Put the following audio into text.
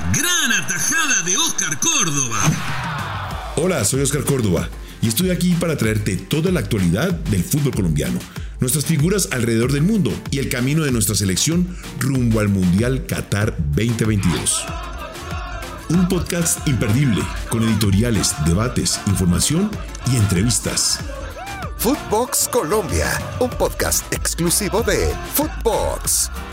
Gran atajada de Oscar Córdoba. Hola, soy Oscar Córdoba y estoy aquí para traerte toda la actualidad del fútbol colombiano, nuestras figuras alrededor del mundo y el camino de nuestra selección rumbo al Mundial Qatar 2022. Un podcast imperdible con editoriales, debates, información y entrevistas. Footbox Colombia, un podcast exclusivo de Footbox.